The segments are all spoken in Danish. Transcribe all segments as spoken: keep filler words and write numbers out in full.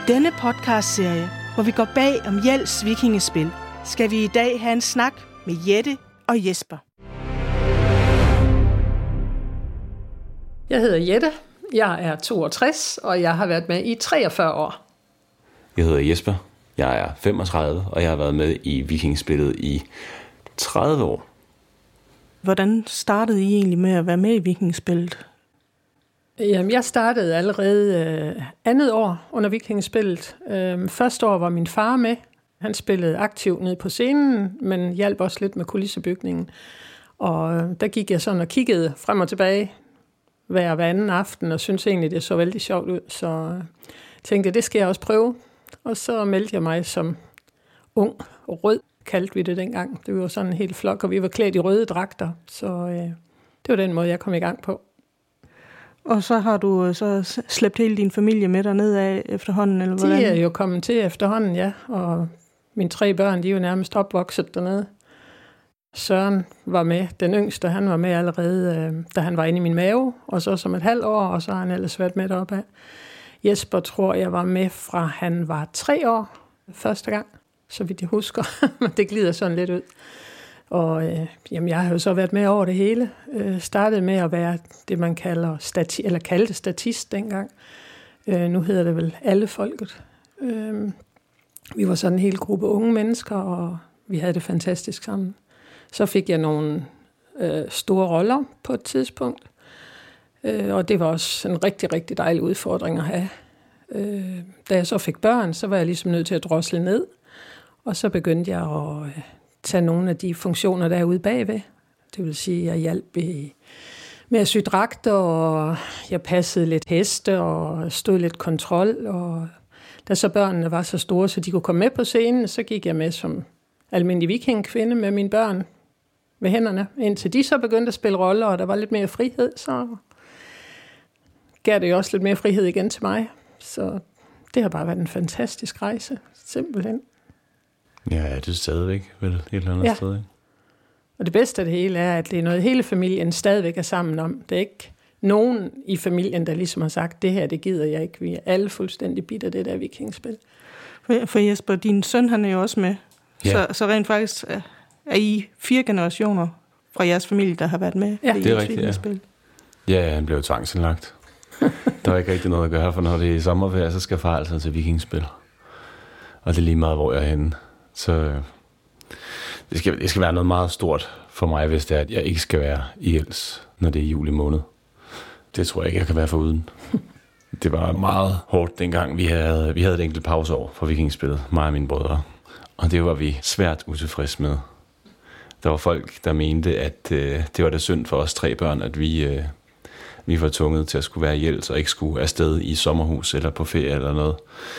denne podcastserie, hvor vi går bag om Jels vikingespil, skal vi i dag have en snak med Jette og Jesper. Jeg hedder Jette, jeg er toogtres, og jeg har været med i treogfyrre år. Jeg hedder Jesper, jeg er femogtredive, og jeg har været med i vikingespillet i tredive år. Hvordan startede I egentlig med at være med i vikingespillet? Jamen, jeg startede allerede øh, andet år under vikingespillet. Øh, første år var min far med. Han spillede aktivt nede på scenen, men hjalp også lidt med kulissebygningen. Og øh, der gik jeg sådan og kiggede frem og tilbage hver, hver anden aften, og syntes egentlig, det så vældig sjovt ud. Så øh, tænkte jeg, det skal jeg også prøve. Og så meldte jeg mig som ung rød, kaldte vi det dengang. Det var sådan en hel flok, og vi var klædt i røde dragter. Så øh, det var den måde, jeg kom i gang på. Og så har du så slæbt hele din familie med derned af efterhånden, eller hvordan? De er jo kommet til efterhånden, ja. Og mine tre børn, de er jo nærmest opvokset dernede. Søren var med, den yngste, han var med allerede, da han var inde i min mave. Og så som et halvt år, og så har han ellers været med deroppe af. Jesper tror jeg var med fra han var tre år første gang, så vidt jeg husker. Det glider sådan lidt ud. Og øh, jamen, jeg har jo så været med over det hele. Øh, startede med at være det, man kalder stati- eller kaldte statist dengang. Øh, nu hedder det vel alle folket. Øh, vi var sådan en hel gruppe unge mennesker, og vi havde det fantastisk sammen. Så fik jeg nogle øh, store roller på et tidspunkt. Øh, og det var også en rigtig, rigtig dejlig udfordring at have. Øh, da jeg så fik børn, så var jeg ligesom nødt til at drosle ned. Og så begyndte jeg at øh, tage nogle af de funktioner, der er ude bagved. Det vil sige, at jeg hjalp i, med at sy dragter, og jeg passede lidt heste, og stod lidt kontrol. Og da så børnene var så store, så de kunne komme med på scenen, så gik jeg med som almindelig vikingkvinde med mine børn ved hænderne. Indtil de så begyndte at spille roller, og der var lidt mere frihed, så gav det jo også lidt mere frihed igen til mig. Så det har bare været en fantastisk rejse, simpelthen. Ja, det er stadigvæk vel et eller andet ja. sted, ikke? Og det bedste af det hele er, at det er noget, hele familien stadigvæk er sammen om. Det er ikke nogen i familien, der ligesom har sagt, det her, det gider jeg ikke. Vi er alle fuldstændig bitter, det der vikingspil. For, for Jesper, din søn, han er jo også med. Ja. Så, så rent faktisk er, er I fire generationer fra jeres familie, der har været med ja. i det er rigtigt, ja. spil. Ja, han blev tvangsindlagt. Der var ikke rigtig noget at gøre, for når det er i sommerferie, så skal far altså til vikingspil. Og det er lige meget, hvor jeg er henne. Så det skal, det skal være noget meget stort for mig, hvis det er, at jeg ikke skal være i Jels, når det er juli måned. Det tror jeg ikke, jeg kan være foruden. Det var meget hårdt dengang. Vi havde, vi havde et enkelt pauseår for vikingspillet, mig og mine brødre. Og det var vi svært utilfredse med. Der var folk, der mente, at øh, det var det synd for os tre børn, at vi, øh, vi var tvunget til at skulle være i Jels og ikke skulle afsted i sommerhus eller på ferie eller noget.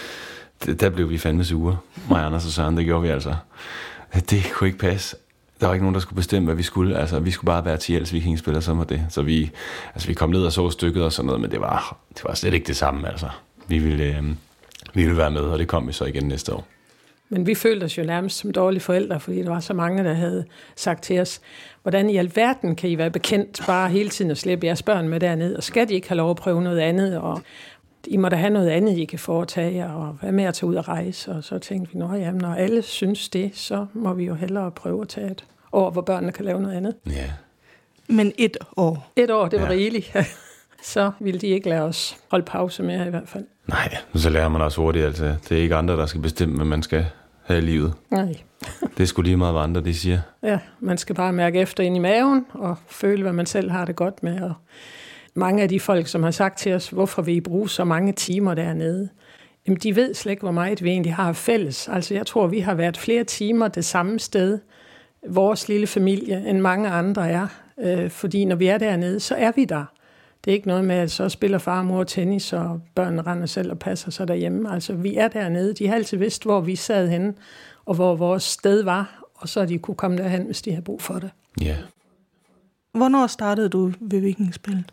Der blev vi fandme sure. Mig, Anders og Søren, det gjorde vi altså. Det kunne ikke passe. Der var ikke nogen, der skulle bestemme, hvad vi skulle. Altså, vi skulle bare være til Jels vikingspil, og så var det. Så vi, altså, vi kom ned og så stykket og sådan noget, men det var, det var slet ikke det samme. Altså. Vi ville, øh, vi ville være med, og det kom vi så igen næste år. Men vi følte os jo nærmest som dårlige forældre, fordi der var så mange, der havde sagt til os, hvordan i alverden kan I være bekendt bare hele tiden at slæbe jeres børn med derned, og skal de ikke have lov at prøve noget andet, og I må da have noget andet, I kan foretage jer, og være med at tage ud og rejse. Og så tænkte vi, nå ja, når alle synes det, så må vi jo hellere prøve at tage et år, hvor børnene kan lave noget andet. Ja. Men et år? Et år, det var ja. rigeligt. Så ville de ikke lade os holde pause mere i hvert fald. Nej, så lærer man også hurtigt. Altså. Det er ikke andre, der skal bestemme, hvad man skal have i livet. Nej. Det er sgu lige meget, hvad andre de siger. Ja, man skal bare mærke efter ind i maven, og føle, hvad man selv har det godt med, og mange af de folk, som har sagt til os, hvorfor vi bruger så mange timer dernede, jamen de ved slet ikke, hvor meget vi egentlig har fælles. Altså jeg tror, vi har været flere timer det samme sted, vores lille familie, end mange andre er. Øh, fordi når vi er dernede, så er vi der. Det er ikke noget med, at så spiller far og mor tennis, og børnene render selv og passer sig derhjemme. Altså vi er dernede. De har altid vidst, hvor vi sad henne, og hvor vores sted var, og så de kunne komme derhen, hvis de havde brug for det. Ja. Hvornår startede du ved vikingspillet?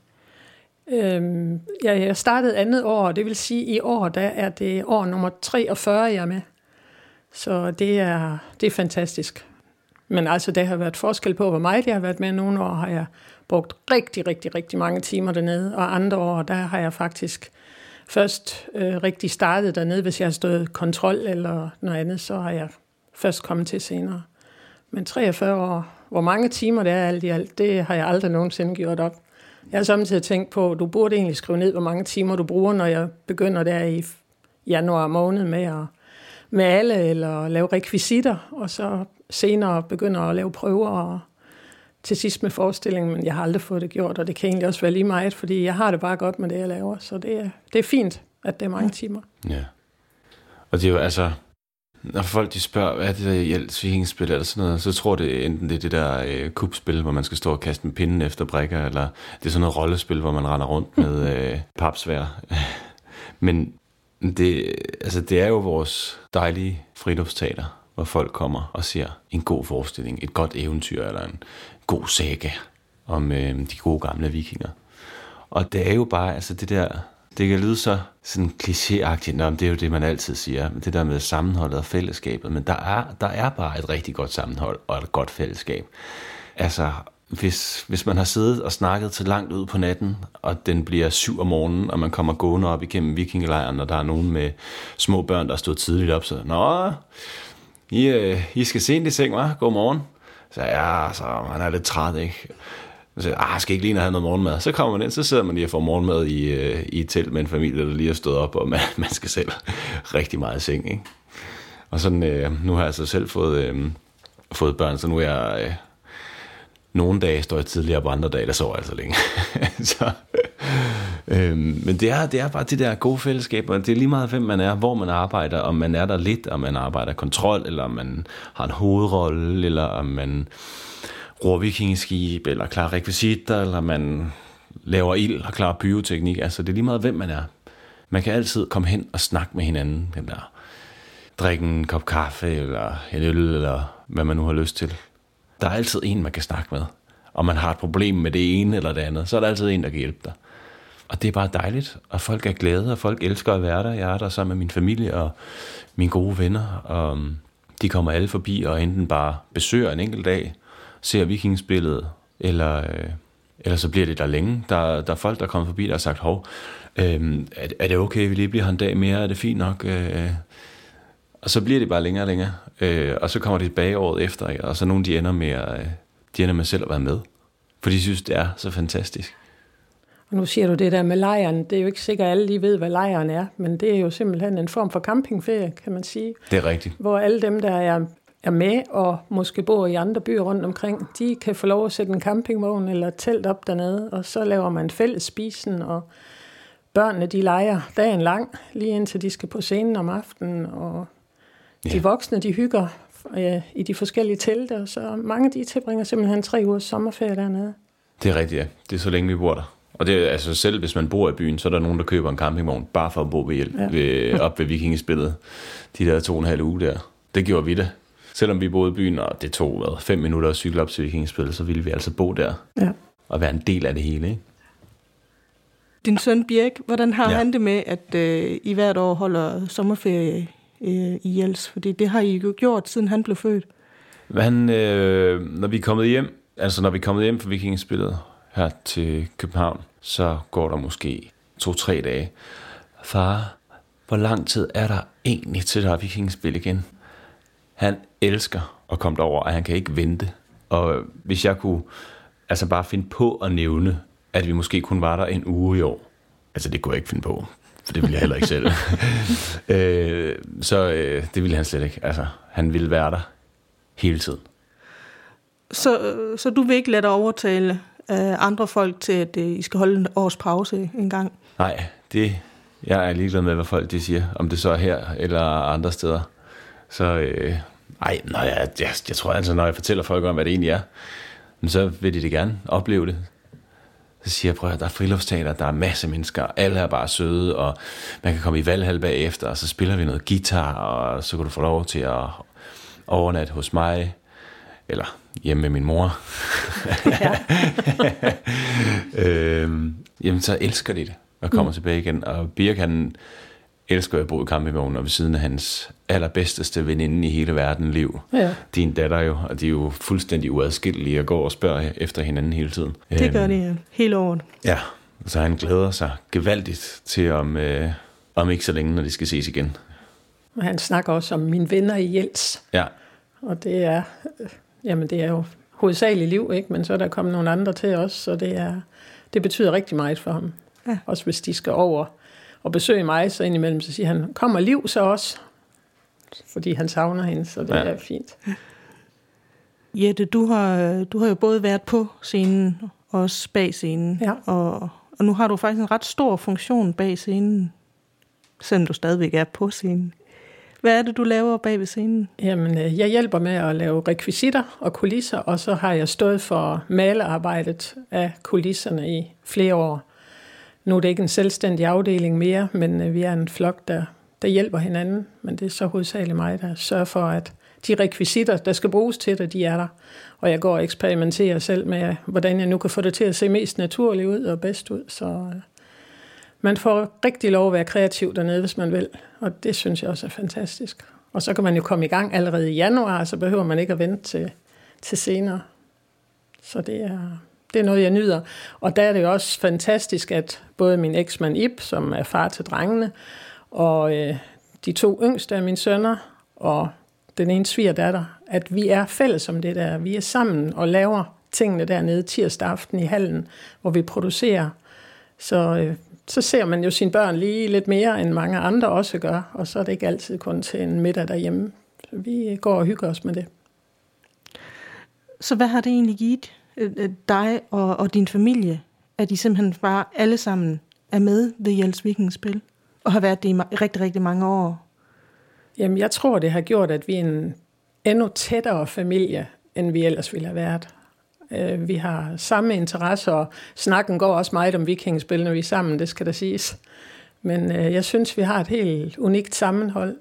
Øhm, ja, jeg startede andet år, og det vil sige, at i år der er det år nummer treogfyrre, jeg er med. Så det er, det er fantastisk. Men altså, der har været forskel på, hvor meget jeg har været med. Nogle år har jeg brugt rigtig, rigtig, rigtig mange timer dernede, og andre år, der har jeg faktisk først øh, rigtig startet dernede, hvis jeg har stået kontrol eller noget andet, så har jeg først kommet til senere. Men treogfyrre år, hvor mange timer det er alt i alt, det har jeg aldrig nogensinde gjort op. Jeg har samtidig tænkt på, at du burde egentlig skrive ned, hvor mange timer du bruger, når jeg begynder der i januar måned med at med alle, eller lave rekvisitter, og så senere begynder at lave prøver, og til sidst med forestillingen, men jeg har aldrig fået det gjort, og det kan egentlig også være lige meget, fordi jeg har det bare godt med det, jeg laver, så det er, det er fint, at det er mange timer. Ja, og det er jo altså, når folk de spørger, hvad er det der Jels-vikingespil eller sådan noget, så tror det enten det er det der øh, kubspil, hvor man skal stå og kaste en pinde efter brækker, eller det er sådan noget rollespil, hvor man render rundt med øh, papsvær. Men det, altså, det er jo vores dejlige friluftsteater, hvor folk kommer og ser en god forestilling, et godt eventyr eller en god saga om øh, de gode gamle vikinger. Og det er jo bare, altså det der, det kan lyde så sådan klichéagtigt, nå, det er jo det, man altid siger, det der med sammenholdet og fællesskabet, men der er, der er bare et rigtig godt sammenhold og et godt fællesskab. Altså, hvis, hvis man har siddet og snakket til langt ud på natten, og den bliver syv om morgenen, og man kommer gående op igennem vikingelejren, og der er nogen med små børn, der stod tidligt op, så nå, I, øh, I skal sent i seng, hva'? God morgen. Så ja, så man er lidt træt, ikke? Så ah, skal ikke lige have noget morgenmad. Så kommer man ind, så sidder man lige og får morgenmad i, øh, i et telt med en familie, der lige er stået op, og man, man skal selv rigtig meget i seng, ikke? Og sådan, øh, nu har jeg altså selv fået, øh, fået børn, så nu er jeg... Øh, nogle dage står jeg tidligere, på andre dage, der sover jeg altså længe. så, øhm, men det er, det er bare det der gode fællesskab, og det er lige meget, hvem man er, hvor man arbejder, om man er der lidt, om man arbejder kontrol, eller om man har en hovedrolle, eller om man ror vikingeskib, eller klarer rekvisitter, eller man laver ild og klarer pyroteknik. Altså, det er lige meget, hvem man er. Man kan altid komme hen og snakke med hinanden, den der, drikke en kop kaffe, eller en øl, eller hvad man nu har lyst til. Der er altid en, man kan snakke med. Og man har et problem med det ene eller det andet, så er der altid en, der kan hjælpe dig. Og det er bare dejligt, og folk er glade, og folk elsker at være der. Jeg er der sammen med min familie og mine gode venner, og de kommer alle forbi og enten bare besøger en enkelt dag, ser vikingespillet, eller, øh, eller så bliver det der længe. Der, der er folk, der kommer forbi, der har sagt, hov, øh, er, er det okay, vi lige bliver her en dag mere, er det fint nok? Øh, Og så bliver det bare længere og længere, øh, og så kommer de tilbage året efter, ikke? Og så nogle de ender med, øh, de ender med selv at være med, for de synes, det er så fantastisk. Og nu siger du det der med lejren, det er jo ikke sikkert, at alle lige ved, hvad lejren er, men det er jo simpelthen en form for campingferie, kan man sige. Det er rigtigt. Hvor alle dem, der er, er med og måske bor i andre byer rundt omkring, de kan få lov at sætte en campingvogn eller telt op dernede, og så laver man fælles spisen, og børnene de leger dagen lang, lige indtil de skal på scenen om aftenen, og de ja. voksne, de hygger øh, i de forskellige telte, så mange de tilbringer simpelthen tre ugers sommerferie dernede. Det er rigtigt, ja. Det er så længe vi bor der. Og det er altså selv, hvis man bor i byen, så er der nogen, der køber en campingvogn, bare for at bo ved hjælp, ja. ved, op ved vikingespillet. De der to og en halv uge der. Det gjorde vi det. Selvom vi boede i byen, og det tog hvad, fem minutter at cykle op til vikingespillet, så ville vi altså bo der. Ja. Og være en del af det hele, ikke? Din søn Birk, hvordan har ja. han det med, at øh, I hvert år holder sommerferie i Jels, fordi det har I jo gjort, siden han blev født. Han, øh, når vi er kommet hjem, altså når vi er kommet hjem fra vikingespillet her til København, så går der måske to-tre dage. Far, hvor lang tid er der egentlig til der vikingespil igen? Han elsker at komme derover, og han kan ikke vente. Og hvis jeg kunne altså bare finde på at nævne, at vi måske kun var der en uge i år, altså det kunne jeg ikke finde på, for det ville jeg heller ikke selv. øh, så øh, det ville han slet ikke. Altså, han ville være der hele tiden. Så, så du vil ikke lade dig overtale øh, andre folk til, at øh, I skal holde en års pause en gang? Nej, det, jeg er ligeglad med, hvad folk de siger. Om det så er her eller andre steder. Så øh, ej, nej, jeg, jeg, jeg tror altså, når jeg fortæller folk om, hvad det egentlig er, så vil de det gerne opleve det. Så siger jeg, prøv at der er friluftsteater, der er masser af mennesker, alle er bare søde, og man kan komme i Valhall bagefter, og så spiller vi noget guitar, og så kan du få lov til at overnatte hos mig, eller hjemme med min mor. øhm, jamen, så elsker de det, og kommer mm. tilbage igen. Og Birk, han elsker at bo i campingvognen, og ved siden af hans allerbedsteste veninde i hele verden, Liv. Ja. Din datter jo, og de er jo fuldstændig uadskillelige og går og spørger efter hinanden hele tiden. Det gør de ja. hele året. Ja, Så han glæder sig gevaldigt til om, øh, om ikke så længe, når de skal ses igen. Og han snakker også om mine venner i Jels. Ja. Og det er, øh, jamen det er jo hovedsageligt liv, ikke? Men så er der kommet nogle andre til os, så det, er, det betyder rigtig meget for ham. Ja. Også hvis de skal over og besøge mig, så indimellem så siger han, kommer Liv så også? Fordi han savner hende, så det ja. er fint. Jette, du har, du har jo både været på scenen og også bag scenen. Ja. Og, og nu har du faktisk en ret stor funktion bag scenen, selvom du stadigvæk er på scenen. Hvad er det, du laver bag ved scenen? Jamen, jeg hjælper med at lave rekvisitter og kulisser, og så har jeg stået for malearbejdet af kulisserne i flere år. Nu er det ikke en selvstændig afdeling mere, men vi er en flok, der, der hjælper hinanden. Men det er så hovedsageligt mig, der sørger for, at de rekvisitter, der skal bruges til det, de er der. Og jeg går og eksperimenterer selv med, hvordan jeg nu kan få det til at se mest naturligt ud og bedst ud. Så man får rigtig lov at være kreativ dernede, hvis man vil. Og det synes jeg også er fantastisk. Og så kan man jo komme i gang allerede i januar, så behøver man ikke at vente til, til senere. Så det er, det er noget, jeg nyder. Og der er det jo også fantastisk, at både min eksmand Ib, som er far til drengene, og øh, de to yngste af mine sønner, og den ene svigerdatter, at vi er fælles om det der. Vi er sammen og laver tingene dernede tirsdag aften i hallen, hvor vi producerer. Så, øh, så ser man jo sine børn lige lidt mere, end mange andre også gør, og så er det ikke altid kun til en middag derhjemme. Så vi går og hygger os med det. Så hvad har det egentlig givet dig og, og din familie, at I simpelthen bare alle sammen er med ved Jels Vikingespil, og har været det i rigtig, rigtig mange år? Jamen, jeg tror, det har gjort, at vi er en endnu tættere familie, end vi ellers ville have været. Vi har samme interesser, og snakken går også meget om vikingespil, når vi er sammen, det skal der siges. Men jeg synes, vi har et helt unikt sammenhold.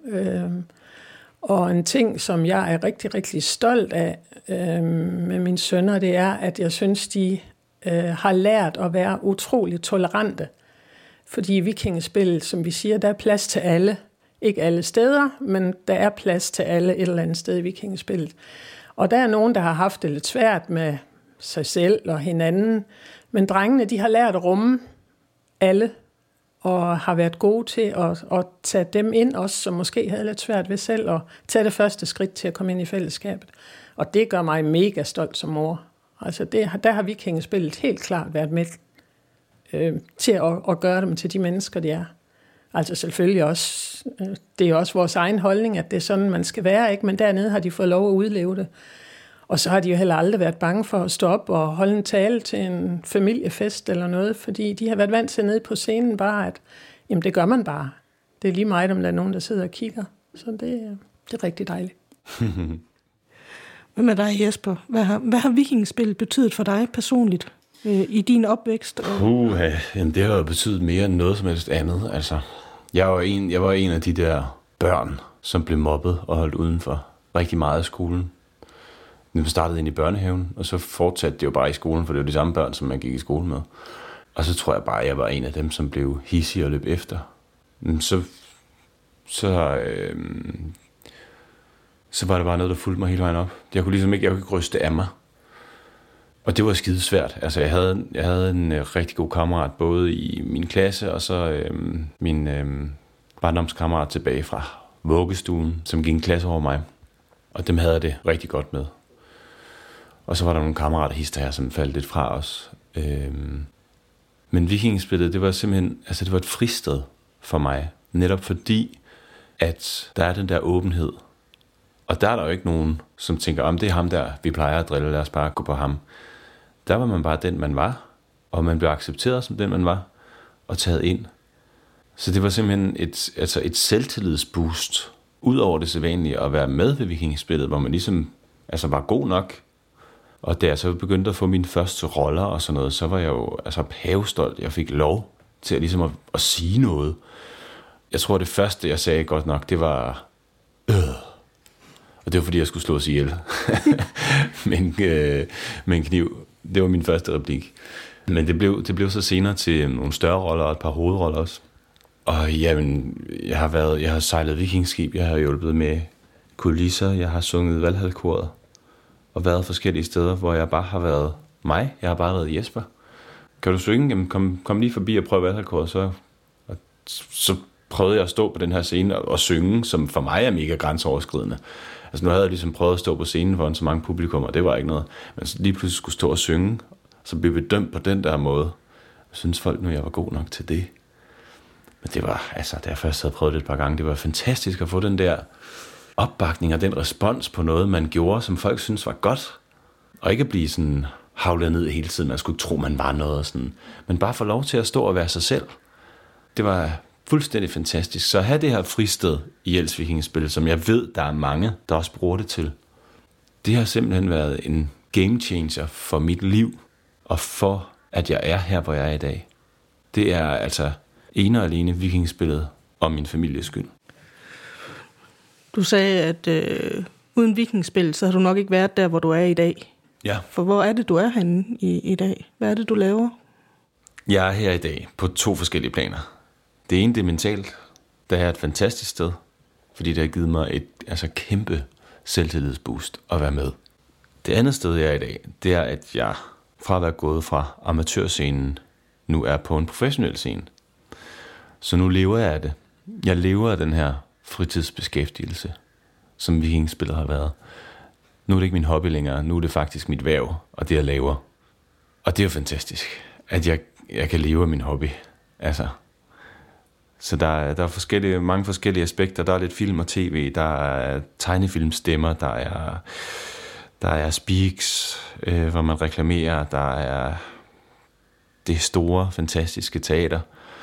Og en ting, som jeg er rigtig, rigtig stolt af med mine sønner, det er, at jeg synes, de har lært at være utroligt tolerante. Fordi i vikingespil, som vi siger, der er plads til alle. Ikke alle steder, men der er plads til alle et eller andet sted i vikingespillet. Og der er nogen, der har haft det lidt svært med sig selv og hinanden. Men drengene, de har lært at rumme alle, og har været gode til at, at tage dem ind også, som måske havde lidt svært ved selv, og tage det første skridt til at komme ind i fællesskabet. Og det gør mig mega stolt som mor. Altså det, der har vikingespillet helt klart været med øh, til at, at gøre dem til de mennesker, de er. Altså selvfølgelig også, det er også vores egen holdning, at det er sådan, man skal være, ikke? Men dernede har de fået lov at udleve det. Og så har de jo heller aldrig været bange for at stå op og holde en tale til en familiefest eller noget, fordi de har været vant til nede på scenen bare, at jamen, det gør man bare. Det er lige meget, om der er nogen, der sidder og kigger. Så det, det er rigtig dejligt. Hvad med dig, Jesper? Hvad har, hvad har vikingespillet betydet for dig personligt øh, i din opvækst? Uh, jamen, det har jo betydet mere end noget som helst andet. Altså, jeg var, en, jeg var en af de der børn, som blev mobbet og holdt udenfor rigtig meget af skolen. Jeg startede ind i børnehaven, og så fortsatte det jo bare i skolen, for det var de samme børn, som man gik i skole med. Og så tror jeg bare, at jeg var en af dem, som blev hissig og løb efter. Så, så, øh, så var det bare noget, der fulgte mig hele vejen op. Jeg kunne ligesom ikke, jeg kunne ikke ryste af mig. Og det var skide svært. Altså, jeg havde, jeg havde en øh, rigtig god kammerat, både i min klasse, og så øh, min øh, barndomskammerat tilbage fra vuggestuen, som gik en klasse over mig. Og dem havde jeg det rigtig godt med. Og så var der nogle kammerater hister her, som faldt lidt fra os. Øhm, men vikingespillet, det var simpelthen, altså det var et fristed for mig. Netop fordi, at der er den der åbenhed. Og der er der jo ikke nogen, som tænker, om det er ham der, vi plejer at drille, lad os bare gå på ham. Der var man bare den, man var. Og man blev accepteret som den, man var. Og taget ind. Så det var simpelthen et, altså et selvtillidsboost. Udover det sædvanlige at være med ved vikingespillet, hvor man ligesom altså var god nok. Og da jeg så begyndte at få mine første roller og sådan noget, så var jeg jo altså pavestolt. Jeg fik lov til at, ligesom at, at sige noget. Jeg tror, det første, jeg sagde godt nok, det var øh. Og det var, fordi jeg skulle slås ihjel med, en, øh, med en kniv. Det var min første replik. Men det blev, det blev så senere til nogle større roller og et par hovedroller også. Og jamen, jeg har været, jeg har sejlet vikingskib, jeg har hjulpet med kulisser, jeg har sunget Valhall-koret og været forskellige steder, hvor jeg bare har været mig. Jeg har bare været Jesper. kan du synge? Jamen, kom, kom lige forbi og prøv valghalvkåret. Så, og så prøvede jeg at stå på den her scene og, og synge, som for mig er mega grænseoverskridende. Altså nu havde jeg ligesom prøvet at stå på scenen foran så mange publikum, og det var ikke noget. Men så lige pludselig skulle stå og synge, så blev vi dømt på den der måde. Jeg synes folk nu, jeg var god nok til det. Men det var, altså, da jeg først havde prøvet det et par gange, det var fantastisk at få den der opbakning og den respons på noget, man gjorde, som folk synes var godt. Og ikke blive sådan havlet ned hele tiden. Man skulle ikke tro, man var noget sådan. Men bare få lov til at stå og være sig selv. Det var fuldstændig fantastisk. Så at have det her fristed i Jelsvikingespil, som jeg ved, der er mange, der også bruger det til, det har simpelthen været en game changer for mit liv, og for, at jeg er her, hvor jeg er i dag. Det er altså ene og alene vikingespillet om min families skyld. Du sagde, at øh, uden vikingespil, så har du nok ikke været der, hvor du er i dag. Ja. For hvor er det, du er henne i, i dag? Hvad er det, du laver? Jeg er her i dag på to forskellige planer. Det ene, det er mentalt. Det er et fantastisk sted, fordi det har givet mig et altså, kæmpe selvtillidsboost at være med. Det andet sted, jeg er i dag, det er, at jeg fra at være gået fra amatørscenen, nu er på en professionel scene. Så nu lever jeg af det. Jeg lever af den her fritidsbeskæftigelse, som vikingespillet har været. Nu er det ikke min hobby længere, nu er det faktisk mit hverv, og det jeg laver. Og det er jo fantastisk, at jeg, jeg kan leve af min hobby. Altså, så der er, der er forskellige, mange forskellige aspekter. Der er lidt film og tv, der er tegnefilmstemmer, der er, der er speaks, øh, hvor man reklamerer, der er det store, fantastiske teater,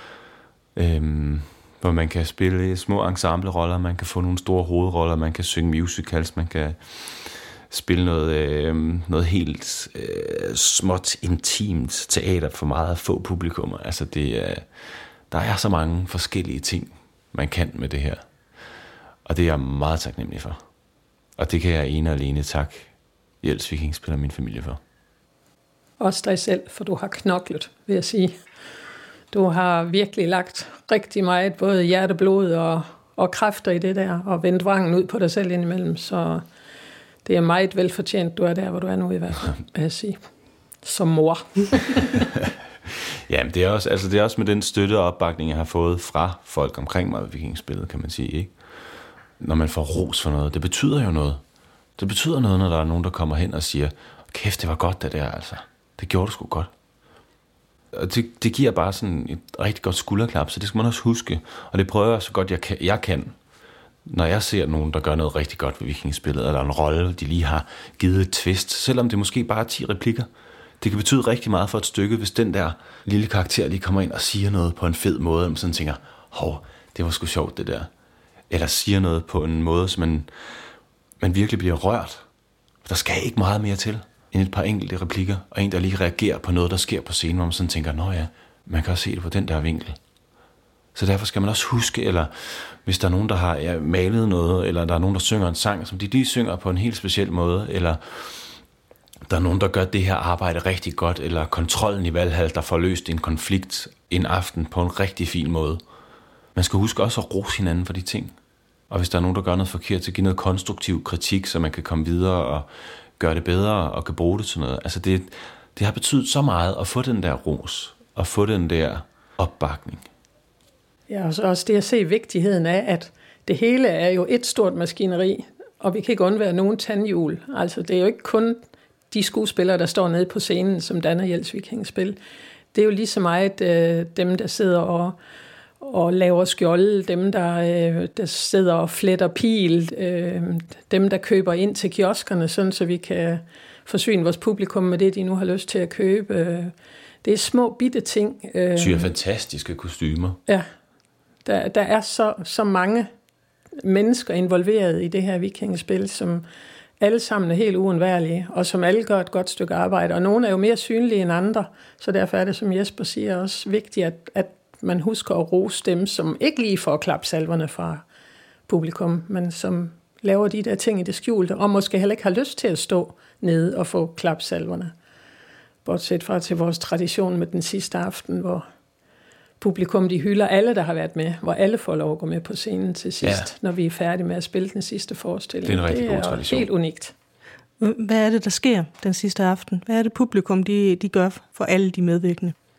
øh, hvor man kan spille små ensembleroller, man kan få nogle store hovedroller, man kan synge musicals, man kan spille noget, øh, noget helt øh, småt, intimt teater for meget få publikummer. Altså det er, der er så mange forskellige ting, man kan med det her. Og det er jeg meget taknemmelig for. Og det kan jeg ene og alene takke Jels Vikingespil og min familie for. Også dig selv, for du har knoklet, vil jeg sige. Du har virkelig lagt rigtig meget, både hjerteblod og, og kræfter i det der, og vendt vrangen ud på dig selv indimellem, så det er meget velfortjent, du er der, hvor du er nu i hvert fald, vil jeg sige. Som mor. Ja, men det er, også, altså det er også med den støtte og opbakning, jeg har fået fra folk omkring mig i vikingespillet, kan man sige, ikke? Når man får ros for noget, det betyder jo noget. Det betyder noget, når der er nogen, der kommer hen og siger, kæft, det var godt det der, altså. Det gjorde du sgu godt. Og det, det giver bare sådan et rigtig godt skulderklap, så det skal man også huske. Og det prøver jeg så godt, jeg kan, jeg kan. Når jeg ser nogen, der gør noget rigtig godt ved vikingespillet, eller en rolle, de lige har givet et twist, selvom det måske bare er ti replikker. Det kan betyde rigtig meget for et stykke, hvis den der lille karakter lige kommer ind og siger noget på en fed måde, og man sådan tænker, hov, det var sgu sjovt det der. Eller siger noget på en måde, så man, man virkelig bliver rørt. Der skal ikke meget mere til end et par enkelte replikker, og en, der lige reagerer på noget, der sker på scenen, hvor man sådan tænker, nå ja, man kan også se det på den der vinkel. Så derfor skal man også huske, eller hvis der er nogen, der har ja, malet noget, eller der er nogen, der synger en sang, som de lige synger på en helt speciel måde, eller der er nogen, der gør det her arbejde rigtig godt, eller kontrollen i Valhall, der får løst en konflikt en aften på en rigtig fin måde. Man skal huske også at rose hinanden for de ting. Og hvis der er nogen, der gør noget forkert, så give noget konstruktiv kritik, så man kan komme videre og gøre det bedre og kan bruge det til noget. Altså det, det har betydet så meget at få den der ros, og få den der opbakning. Ja, og så også det at se vigtigheden af, at det hele er jo et stort maskineri, og vi kan ikke undvære nogen tandhjul. Altså det er jo ikke kun de skuespillere, der står nede på scenen, som danner Jels Vikingespil. Det er jo lige så meget øh, dem, der sidder og, og laver skjolde, dem, der, øh, der sidder og fletter pil, øh, dem, der køber ind til kioskerne, sådan så vi kan forsyne vores publikum med det, de nu har lyst til at købe. Det er små bitte ting. Øh, Syger fantastiske kostymer. Ja, der, der er så, så mange mennesker involveret i det her vikingespil, som alle sammen er helt uundværlige, og som alle gør et godt stykke arbejde. Og nogle er jo mere synlige end andre, så derfor er det, som Jesper siger, også vigtigt, at, at man husker at rose dem, som ikke lige får klapsalverne fra publikum, men som laver de der ting i det skjulte, og måske heller ikke har lyst til at stå nede og få klapsalverne. Bortset fra til vores tradition med den sidste aften, hvor publikum, de hylder alle, der har været med, hvor alle får lov at gå med på scenen til sidst, ja. Når vi er færdige med at spille den sidste forestilling. Det er en rigtig god tradition. Det er helt unikt. Hvad er det, der sker den sidste aften? Hvad er det, publikum de, de gør for alle de medvirkende?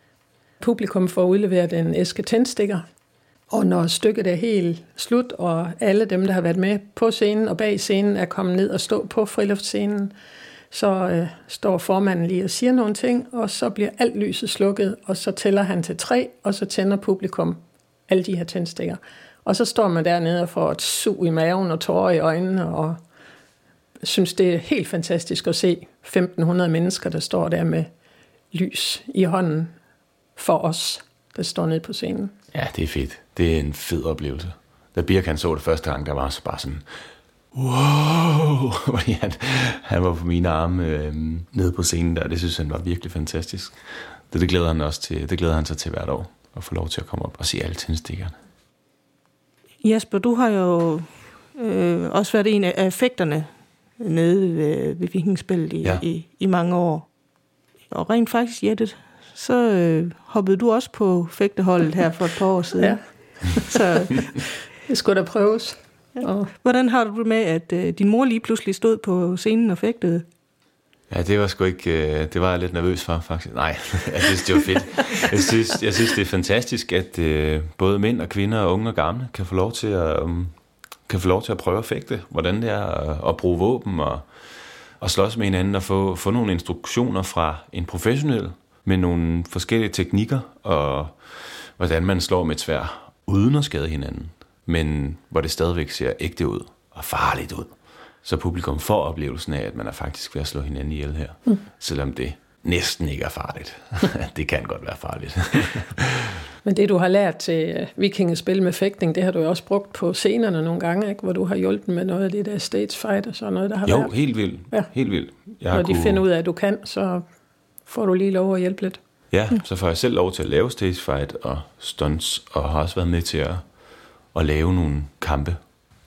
Publikum får udleveret en æske tændstikker, og når stykket er helt slut, og alle dem, der har været med på scenen og bag scenen, er kommet ned og stå på friluftsscenen, så øh, står formanden lige og siger nogle ting, og så bliver alt lyset slukket, og så tæller han til tre, og så tænder publikum alle de her tændstikker. Og så står man dernede og får et sug i maven og tårer i øjnene, og synes, det er helt fantastisk at se femten hundrede mennesker, der står der med lys i hånden for os, der står nede på scenen. Ja, det er fedt. Det er en fed oplevelse. Da Birk han så det første gang, der var så bare sådan, wow, fordi han, han var på mine arme øh, nede på scenen der. Det synes han var virkelig fantastisk. Det, det glæder han også til. Det glæder han sig til hvert år, at få lov til at komme op og se alle tændstikkerne. Jesper, du har jo øh, også været en af effekterne nede ved, ved Vikingspillet i, ja. i, i mange år. Og rent faktisk, Jette, så øh, hoppede du også på fægteholdet her for et par år siden. Ja. Så det skulle da prøves. Ja. Og hvordan har du det med, at øh, din mor lige pludselig stod på scenen og fægtede? Ja, det var sgu ikke, øh, det var jeg lidt nervøs for, faktisk. Nej, jeg synes, det var fedt. Jeg synes, jeg synes det er fantastisk, at øh, både mænd og kvinder og unge og gamle kan få lov til at, um, kan få lov til at prøve at fægte, hvordan det er at, at bruge våben og, og slås med hinanden og få, få nogle instruktioner fra en professionel med nogle forskellige teknikker og hvordan man slår med et sværd uden at skade hinanden, men hvor det stadigvæk ser ægte ud og farligt ud. Så publikum får oplevelsen af, at man er faktisk ved at slå hinanden ihjel her. Mm. Selvom det næsten ikke er farligt. Det kan godt være farligt. Men det, du har lært til vikingespil med fægtning, det har du jo også brugt på scenerne nogle gange, ikke? Hvor du har hjulpet med noget af det der stage fight og sådan noget, der har jo, været. Jo, helt vildt. Ja. Helt vildt. Jeg Når de kunne... finder ud af, at du kan, så får du lige lov at hjælpe lidt. Ja, mm. så får jeg selv lov til at lave stage fight og stunts, og har også været med til at, at lave nogle kampe.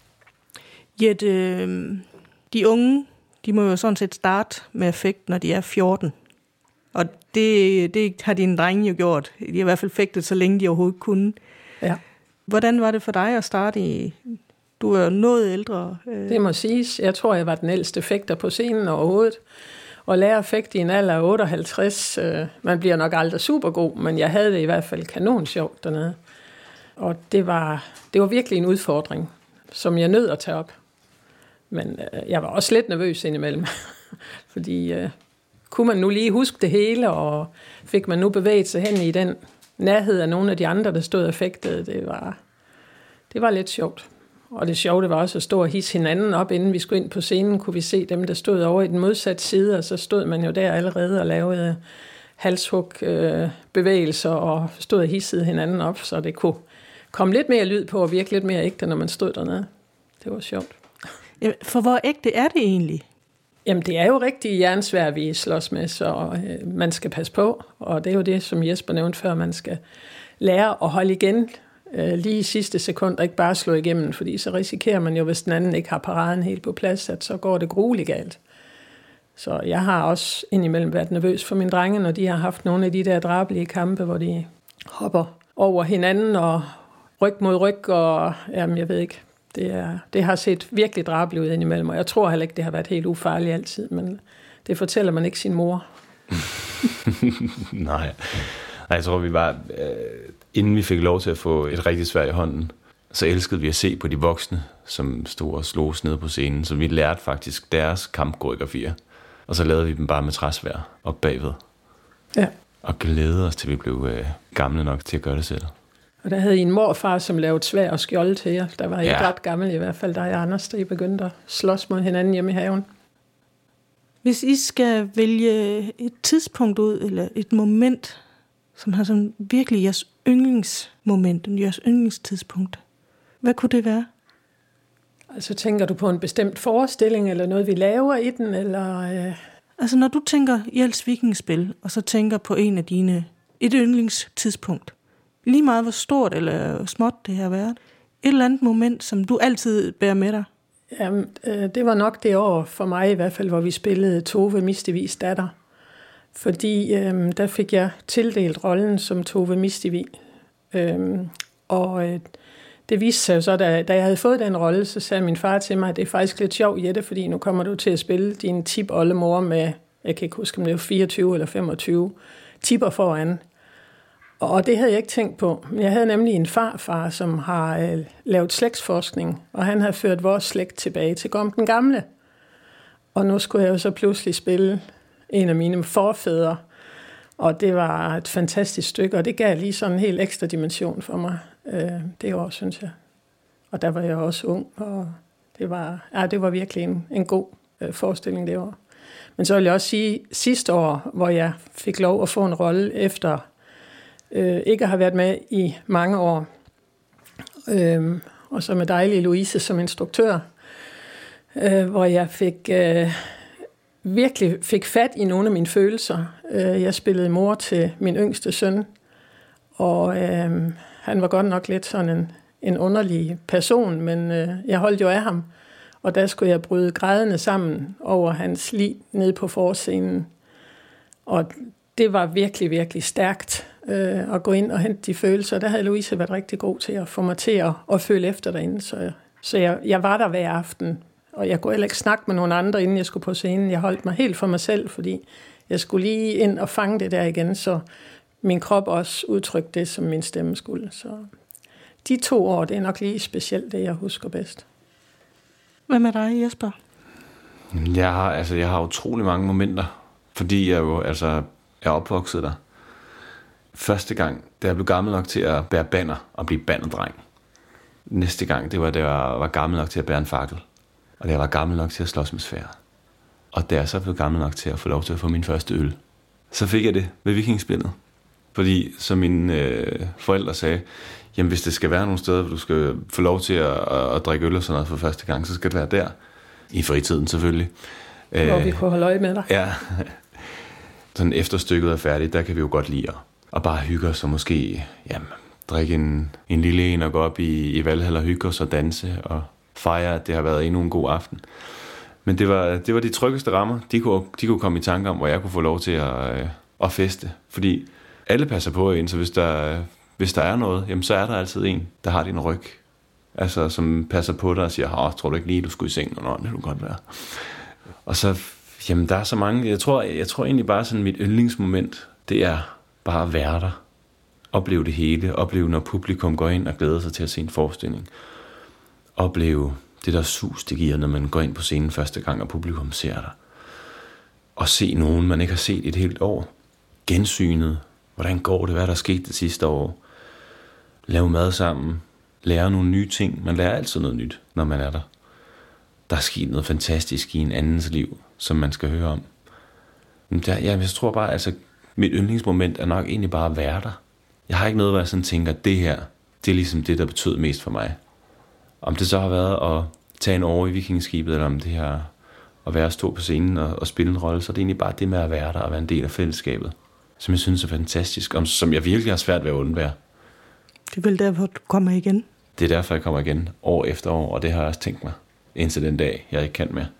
Jette, øh, de unge, de må jo sådan set starte med at fægte, når de er fjorten. Og det, det har dine drenge jo gjort. De har i hvert fald fægtet, så længe de overhovedet kunne. Ja. Hvordan var det for dig at starte i... Du er jo noget ældre. Øh. Det må siges. Jeg tror, jeg var den ældste fægter på scenen overhovedet. Og lære at fægte i en alder af otteoghalvtreds. Øh, man bliver nok aldrig super god, men jeg havde det i hvert fald kanon sjovt dernede. Og det var, det var virkelig en udfordring, som jeg nød at tage op. Men øh, jeg var også lidt nervøs indimellem, fordi øh, kunne man nu lige huske det hele, og fik man nu bevæget sig hen i den nærhed af nogle af de andre, der stod og fægtede, det var, det var lidt sjovt. Og det sjove, det var også at stå og hisse hinanden op, inden vi skulle ind på scenen, kunne vi se dem, der stod over i den modsatte side, og så stod man jo der allerede og lavede halshug øh, bevægelser, og stod og hissede hinanden op, så det kunne komme lidt mere lyd på, og virke lidt mere ægte, når man stod dernede. Det var sjovt. For hvor ægte er det egentlig? Jamen, det er jo rigtig jernsvær, vi slås med, så øh, man skal passe på. Og det er jo det, som Jesper nævnte før, man skal lære at holde igen øh, lige i sidste sekund, og ikke bare slå igennem, fordi så risikerer man jo, hvis den anden ikke har paraden helt på plads, at så går det grueligt galt. Så jeg har også indimellem været nervøs for mine drenge, når de har haft nogle af de der drabelige kampe, hvor de hopper over hinanden og ryg mod ryg, og jamen, jeg ved ikke. Det, er, det har set virkelig drabeligt ud indimellem, og jeg tror heller ikke, det har været helt ufarligt altid, men det fortæller man ikke sin mor. Nej. Nej, jeg tror, vi var, øh, inden vi fik lov til at få et rigtig sværd i hånden, så elskede vi at se på de voksne, som stod og slogs nede på scenen, så vi lærte faktisk deres kampkoreografier, og så lavede vi dem bare med træsværd op bagved. Ja. Og glædede os, til vi blev øh, gamle nok til at gøre det selv. Og der havde I en morfar, som lavede sværd og skjold til jer. Der var I ja. ret gammel i hvert fald, der er Anders, der I begyndte at slås mod hinanden hjemme i haven. Hvis I skal vælge et tidspunkt ud, eller et moment, som har sådan virkelig jeres yndlingsmoment, jeres yndlingstidspunkt, hvad kunne det være? Altså tænker du på en bestemt forestilling, eller noget vi laver i den, eller... Øh... Altså når du tænker Jels Vikingspil, og så tænker på en af dine, et yndlingstidspunkt, lige meget hvor stort eller småt det har været, et eller andet moment, som du altid bærer med dig? Jamen, øh, det var nok det år for mig i hvert fald, hvor vi spillede Tove Mistevis datter. Fordi øh, der fik jeg tildelt rollen som Tove Mistevi. Øh, og øh, det viste sig jo så, da, da jeg havde fået den rolle, så sagde min far til mig, at det er faktisk lidt sjovt, Jette, fordi nu kommer du til at spille din tip-oldemor med, jeg kan ikke huske, om det var fireogtyve eller femogtyve tipper foran. Og det havde jeg ikke tænkt på. Jeg havde nemlig en farfar, som har øh, lavet slægtsforskning, og han har ført vores slægt tilbage til Gorm den Gamle. Og nu skulle jeg jo så pludselig spille en af mine forfædre, og det var et fantastisk stykke, og det gav lige sådan en helt ekstra dimension for mig øh, det år, synes jeg. Og der var jeg også ung, og det var, ja, det var virkelig en, en god øh, forestilling det år. Men så vil jeg også sige, sidste år, hvor jeg fik lov at få en rolle efter øh, ikke at have været med i mange år, øh, og så med dejlige Louise som instruktør, øh, hvor jeg fik øh, virkelig fik fat i nogle af mine følelser. Øh, jeg spillede mor til min yngste søn, og øh, han var godt nok lidt sådan en, en underlig person, men øh, jeg holdt jo af ham. Og der skulle jeg bryde grædende sammen over hans lig nede på forscenen. Og det var virkelig, virkelig stærkt øh, at gå ind og hente de følelser. Der havde Louise været rigtig god til at få mig til at, at føle efter derinde. Så, så jeg, jeg var der hver aften. Og jeg kunne heller ikke snakke med nogen andre, inden jeg skulle på scenen. Jeg holdt mig helt for mig selv, fordi jeg skulle lige ind og fange det der igen, så min krop også udtrykte det, som min stemme skulle. Så de to år, det er nok lige specielt det, jeg husker bedst. Hvad med dig, Jesper? Jeg har, altså, jeg har utrolig mange momenter, fordi jeg jo altså, er opvokset der. Første gang, da jeg blev gammel nok til at bære banner og blive bandedreng. Næste gang, det var, da jeg var gammel nok til at bære en fakkel. Og da jeg var gammel nok til at slås med sværd. Og da jeg så blev gammel nok til at få lov til at få min første øl, så fik jeg det ved Vikingspillet. Fordi, som mine øh, forældre sagde, jamen hvis det skal være nogle steder, hvor du skal få lov til at, at, at drikke øl og sådan noget for første gang, så skal det være der. I fritiden selvfølgelig. Hvor øh, vi kunne holde øje med dig. Ja. Sådan efter stykket er færdigt, der kan vi jo godt lide at, at bare hygge os og måske jamen, drikke en, en lille en og gå op i, i Valhall og hygge os og danse og fejre, at det har været endnu en god aften. Men det var, det var de tryggeste rammer. De kunne, de kunne komme i tanke om, hvor jeg kunne få lov til at, at feste. Fordi alle passer på en, så hvis der, hvis der er noget, jamen, så er der altid en, der har din ryg. Altså, som passer på dig og siger, tror du ikke lige, du skulle i seng? Nå, det kunne godt være. Og så, jamen, der er så mange. Jeg tror, jeg tror egentlig bare, sådan mit yndlingsmoment, det er bare at være der. Opleve det hele. Opleve, når publikum går ind og glæder sig til at se en forestilling. Opleve det der sus, det giver, når man går ind på scenen første gang, og publikum ser dig. Og se nogen, man ikke har set et helt år. Gensynet. Hvordan går det? Hvad der er sket det sidste år? Lave mad sammen. Lære nogle nye ting. Man lærer altid noget nyt, når man er der. Der er sket noget fantastisk i en andens liv, som man skal høre om. Men der, ja, jeg tror bare, altså, mit yndlingsmoment er nok egentlig bare at være der. Jeg har ikke noget, hvor jeg sådan tænker, det her, det er ligesom det, der betød mest for mig. Om det så har været at tage en over i Vikingeskibet, eller om det her at være at stå på scenen og, og spille en rolle, så er det egentlig bare det med at være der og være en del af fællesskabet, som jeg synes er fantastisk, og som jeg virkelig har svært ved at undvære. Det er vel derfor, du kommer igen? Det er derfor, jeg kommer igen år efter år, og det har jeg også tænkt mig, indtil den dag, jeg ikke kan mere.